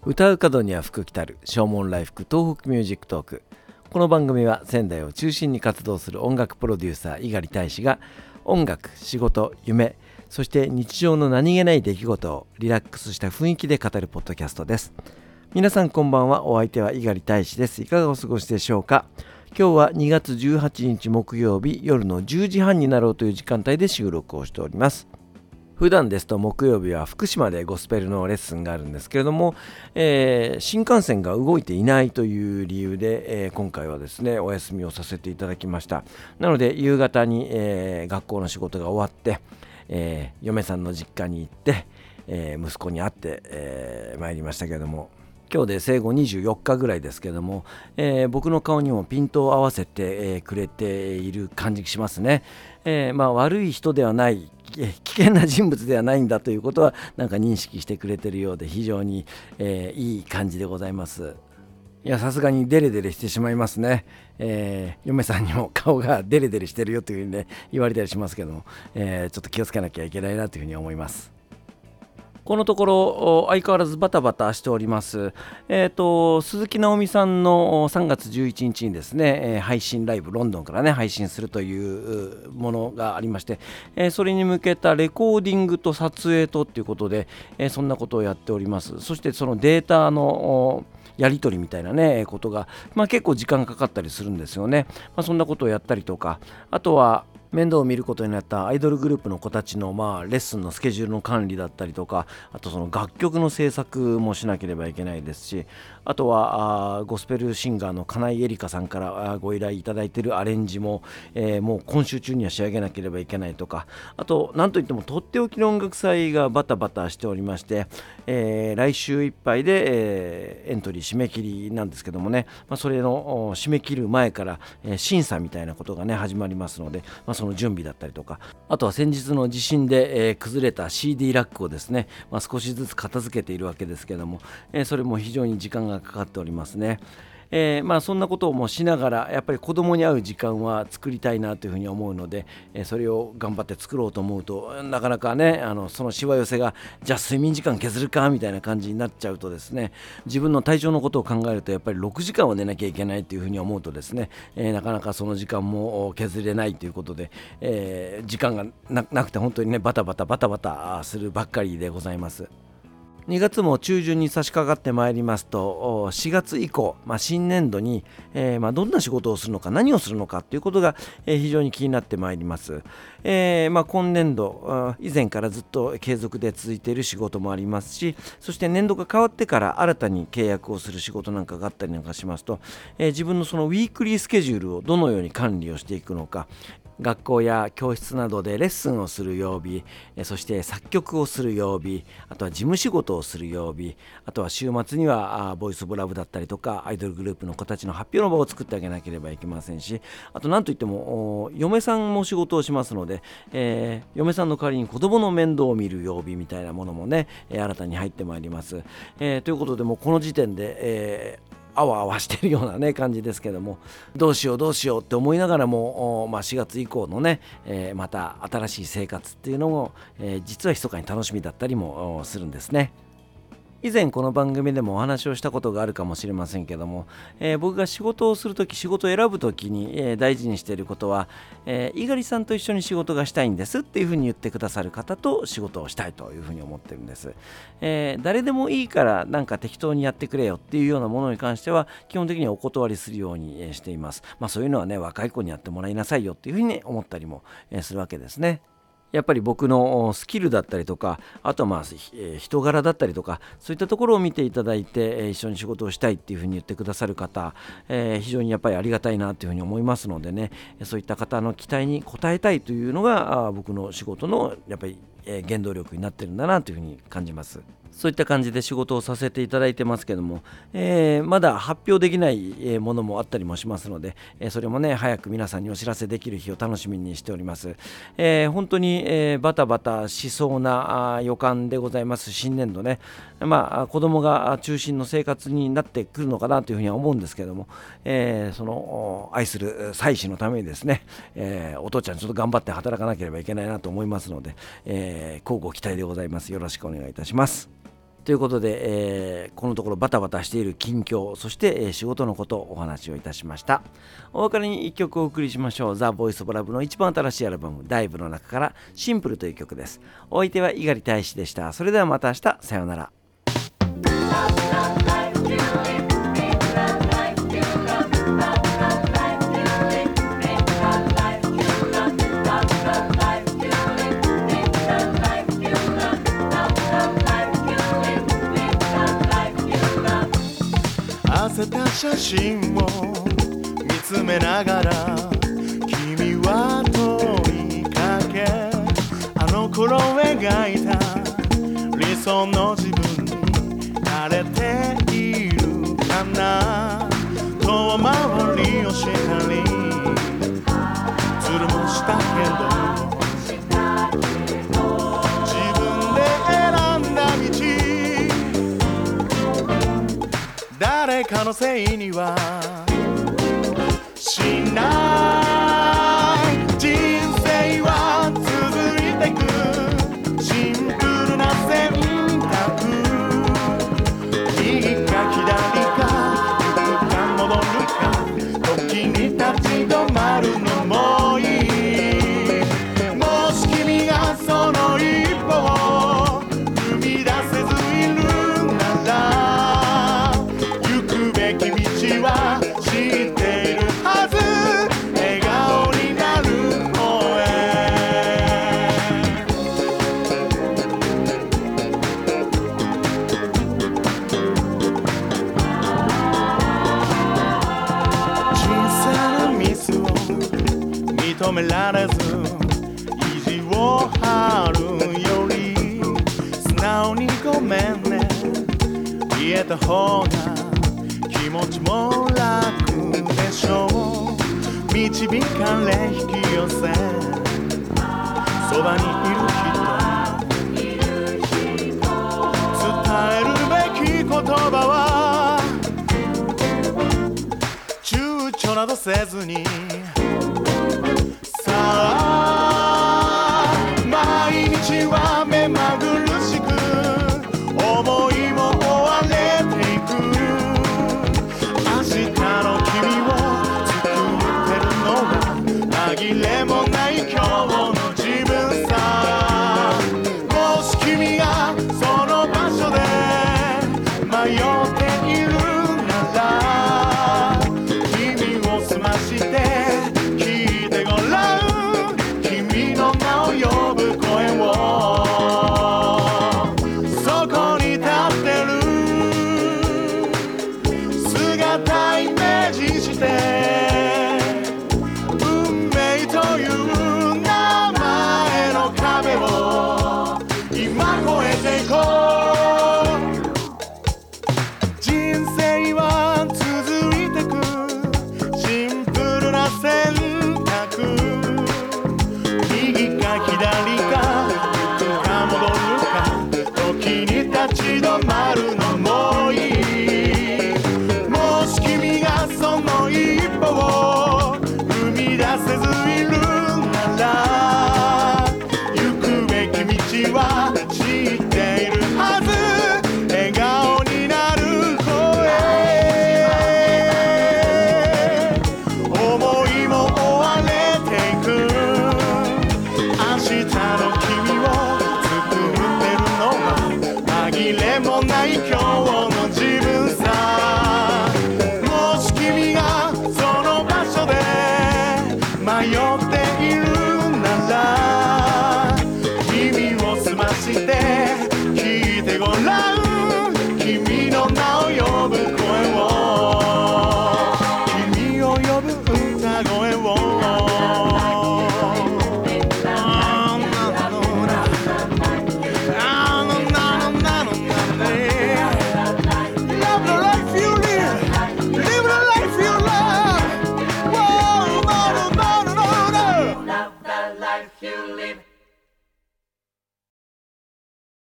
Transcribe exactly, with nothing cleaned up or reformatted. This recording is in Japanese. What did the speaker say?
歌う角には福来たる正門来福東北ミュージックトーク。この番組は仙台を中心に活動する音楽プロデューサー猪狩大使が音楽、仕事、夢、そして日常の何気ない出来事をリラックスした雰囲気で語るポッドキャストです。皆さんこんばんは。お相手は猪狩大使です。いかがお過ごしでしょうか。今日はにがつじゅうはちにち木曜日、夜のじゅうじはんになろうという時間帯で収録をしております。普段ですと木曜日は福島でゴスペルのレッスンがあるんですけれども、えー、新幹線が動いていないという理由で、えー、今回はですねお休みをさせていただきました。なので夕方に、えー、学校の仕事が終わって、えー、嫁さんの実家に行って、えー、息子に会って、えー、参りましたけれども、今日で生後にじゅうよっかぐらいですけども、えー、僕の顔にもピントを合わせて、えー、くれている感じしますね。えーまあ、悪い人ではない、えー、危険な人物ではないんだということはなんか認識してくれているようで非常に、えー、いい感じでございます。いや、さすがにデレデレしてしまいますね。えー、嫁さんにも顔がデレデレしてるよというふうに、ね、言われたりしますけども、えー、ちょっと気をつけなきゃいけないなというふうに思います。このところ相変わらずバタバタしております。えーと、鈴木直美さんのさんがつじゅういちにちにですね、えー、配信ライブロンドンからね配信するというものがありまして、えー、それに向けたレコーディングと撮影とっていうことで、えー、そんなことをやっております。そしてそのデータのやり取りみたいなねことが、まあ、結構時間かかったりするんですよね。まあ、そんなことをやったりとか、あとは面倒を見ることになったアイドルグループの子たちのまあレッスンのスケジュールの管理だったりとか、あとその楽曲の制作もしなければいけないですし、あとはあゴスペルシンガーの金井絵里香さんからご依頼いただいているアレンジも、えー、もう今週中には仕上げなければいけないとか、あとなんといってもとっておきの音楽祭がバタバタしておりまして、えー、来週いっぱいで、えー、エントリー締め切りなんですけどもね、まあ、それの締め切る前から、えー、審査みたいなことがね始まりますので、まあその準備だったりとか、あとは先日の地震で、えー、崩れた シーディー ラックをですね、まあ、少しずつ片付けているわけですけども、えー、それも非常に時間がかかっておりますね。えー、まあそんなことをもしながらやっぱり子供に会う時間は作りたいなというふうに思うので、えー、それを頑張って作ろうと思うとなかなかね、あのそのしわ寄せがじゃあ睡眠時間削るかみたいな感じになっちゃうとですね、自分の体調のことを考えるとやっぱりろくじかんは寝なきゃいけないというふうに思うとですね、えー、なかなかその時間も削れないということで、えー、時間が な, なくて本当にねバタバタバタバタするばっかりでございます。にがつも中旬に差し掛かってまいりますと、しがつ以降、まあ、新年度に、えーまあ、どんな仕事をするのか何をするのかということが、えー、非常に気になってまいります。えーまあ、今年度以前からずっと継続で続いている仕事もありますし、そして年度が変わってから新たに契約をする仕事なんかがあったりなんかしますと、えー、自分のそのウィークリースケジュールをどのように管理をしていくのか、学校や教室などでレッスンをする曜日、そして作曲をする曜日、あとは事務仕事をする曜日、あとは週末にはボイスオブラブだったりとかアイドルグループの子たちの発表の場を作ってあげなければいけませんし、あと何といっても嫁さんも仕事をしますので、えー、嫁さんの代わりに子供の面倒を見る曜日みたいなものもね、新たに入ってまいります。えー、ということでもうこの時点で、えーあわあわしてるようなね感じですけども、どうしようどうしようって思いながらも、まあ、しがつ以降のね、えー、また新しい生活っていうのも、えー、実は密かに楽しみだったりもするんですね。以前この番組でもお話をしたことがあるかもしれませんけども、えー、僕が仕事をするとき仕事を選ぶときに、えー、大事にしていることは、えー、猪狩さんと一緒に仕事がしたいんですっていうふうに言ってくださる方と仕事をしたいというふうに思ってるんです。えー、誰でもいいからなんか適当にやってくれよっていうようなものに関しては基本的にはお断りするようにしています。まあそういうのはね若い子にやってもらいなさいよっていうふうに思ったりもするわけですね。やっぱり僕のスキルだったりとか、あとはまあ、えー、人柄だったりとか、そういったところを見ていただいて、えー、一緒に仕事をしたいっていうふうに言ってくださる方、えー、非常にやっぱりありがたいなというふうに思いますのでね、そういった方の期待に応えたいというのが僕の仕事のやっぱり原動力になってるんだなというふうに感じます。そういった感じで仕事をさせていただいてますけども、えー、まだ発表できないものもあったりもしますので、それもね早く皆さんにお知らせできる日を楽しみにしております。えー、本当に、えー、バタバタしそうな予感でございます。新年度ね、まあ子供が中心の生活になってくるのかなというふうには思うんですけれども、えー、その愛する妻子のためにですね、えー、お父ちゃんちょっと頑張って働かなければいけないなと思いますので、えー、乞うご期待でございます。よろしくお願いいたします。 ということで、えー、このところバタバタしている近況、そして、えー、仕事のことをお話をいたしました。お別れにいっきょくお送りしましょう。ザ・ボイス・オブ・ラブの一番新しいアルバムダイブの中からシンプルという曲です。お相手は猪狩大使でした。それではまた明日、さようなら。 載せた写真を見つめながら君は問いかけ、あの頃描いた理想の自分に慣れているかな。遠回りをしたりズルもしたけど、自分で選んだ道、誰かのせいにはしない。人生は続いてくシンプルな選択、右か左か行くか戻るか、時に立ち止まるのもいい。もし君がその一歩を踏み出せずいるなら、行くべき道は知っているはず。笑顔になる方へ。小さなミスを認められず意地を張るより、素直にごめんね言えた方が気持ちも楽でしょう。導かれ引き寄せそばにいる人、伝えるべき言葉は躊躇などせずに、さあ毎日は目まぐるしく思いも追われていく。明日の君を作ってるのは紛れもない今日の自分さ。もし君がその場所で迷っているなら、耳を澄まして聞いてごらん。君の名を呼ぶ声をそこに立ってる姿イメージして、運命という名前の壁を今越えていこう。人生は続いてくシンプルな選択、右か左か行くか戻るか、時に立ち止まるのもいい。もし君がその一歩を踏み出せずいるなら、行くべき道は知っているはず。笑顔になる声、思いも追われていく。明日の君を作ってるのは紛れも